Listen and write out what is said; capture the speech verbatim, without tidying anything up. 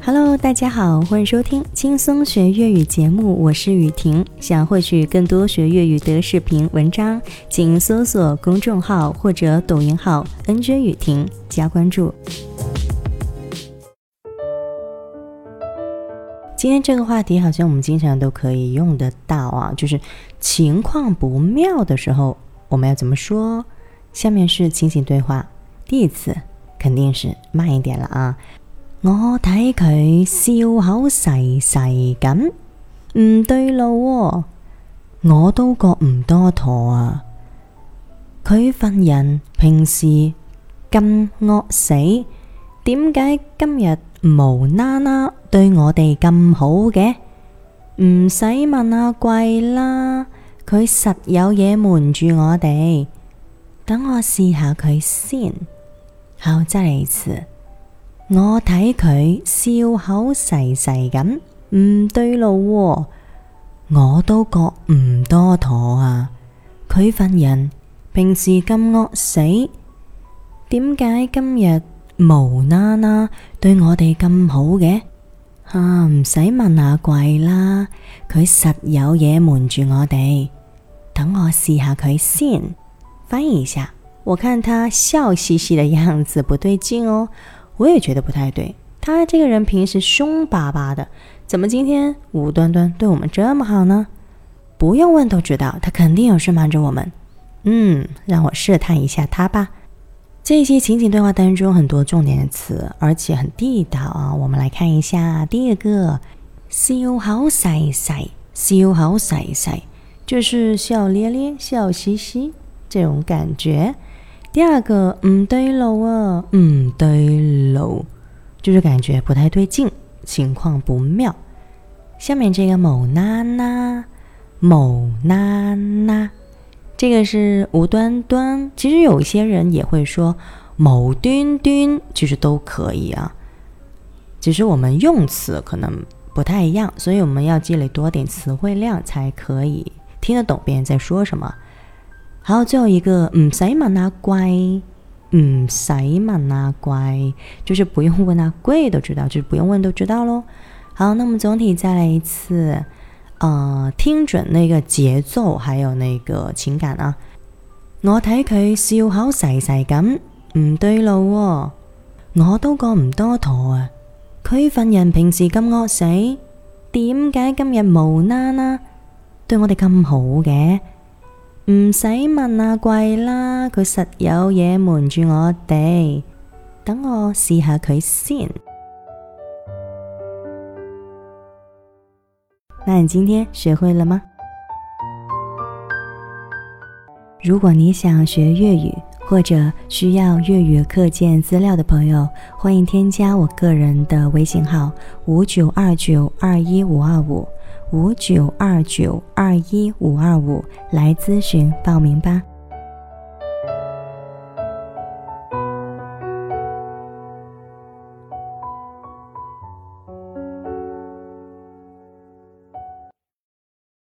Hello， 大家好，欢迎收听轻松学粤语节目，我是雨婷。想获取更多学粤语的视频文章，请搜索公众号或者抖音号 N J 雨婷加关注。今天这个话题好像我们经常都可以用得到啊，就是情况不妙的时候我们要怎么说。下面是情景对话，第一次肯定是慢一点了啊。我睇佢笑口噬噬咁，唔對路喎，我都覺唔多妥啊。佢份人平時咁惡死，點解今日無啦啦對我哋咁好嘅？唔使問阿貴啦，佢實有嘢瞞住我哋。等我試下佢先。好，再嚟一次。我睇佢笑口噬噬咁，唔對路喎，我都覺唔多妥啊。佢份人平時咁惡死，點解今日無啦啦對我哋咁好嘅？啊，唔使問阿貴啦，佢實有嘢瞞住我哋。等我試下佢先。翻譯一下，我看他笑嘻嘻的樣子不對勁哦。我也覺得不太對，他這個人平時兇巴巴的，怎麼今天無端端對我們這麼好呢？不用問都知道，他肯定有事瞞着我們。嗯，讓我試探一下他吧。這些情景對話當中很多重點的詞，而且很地道啊。我們來看一下第一個，笑口噬噬，笑口噬噬，就是笑咧咧、笑嘻嘻這種感覺。第二個，唔對路啊，唔對路，就是感覺不太對勁，情況不妙。下面這個無啦啦，無啦啦，這個是無端端，其實有一些人也會說無端端，其實都可以啊，只是我們用詞可能不太一樣，所以我們要積累多點詞彙量才可以聽得懂別人在說什麼。好，最後一個唔使問阿貴，唔使問阿貴，就是不用問阿貴都知道，就是不用問都知道咯。好，那麼總體再來一次，呃，聽準那個節奏還有那個情感啊。我睇佢笑口噬噬咁，唔對路喎，我都覺唔多妥啊。佢份人平時咁惡死，點解今日無啦啦對我哋咁好嘅？唔使問阿貴啦，佢實有嘢瞞住我哋。等我試下佢先。那你今天學會了嗎？如果你想學粵語或者需要粵語課件資料的朋友，歡迎添加我個人的微信號五九二九二一五二五五九二九二一五二五來諮詢報名吧。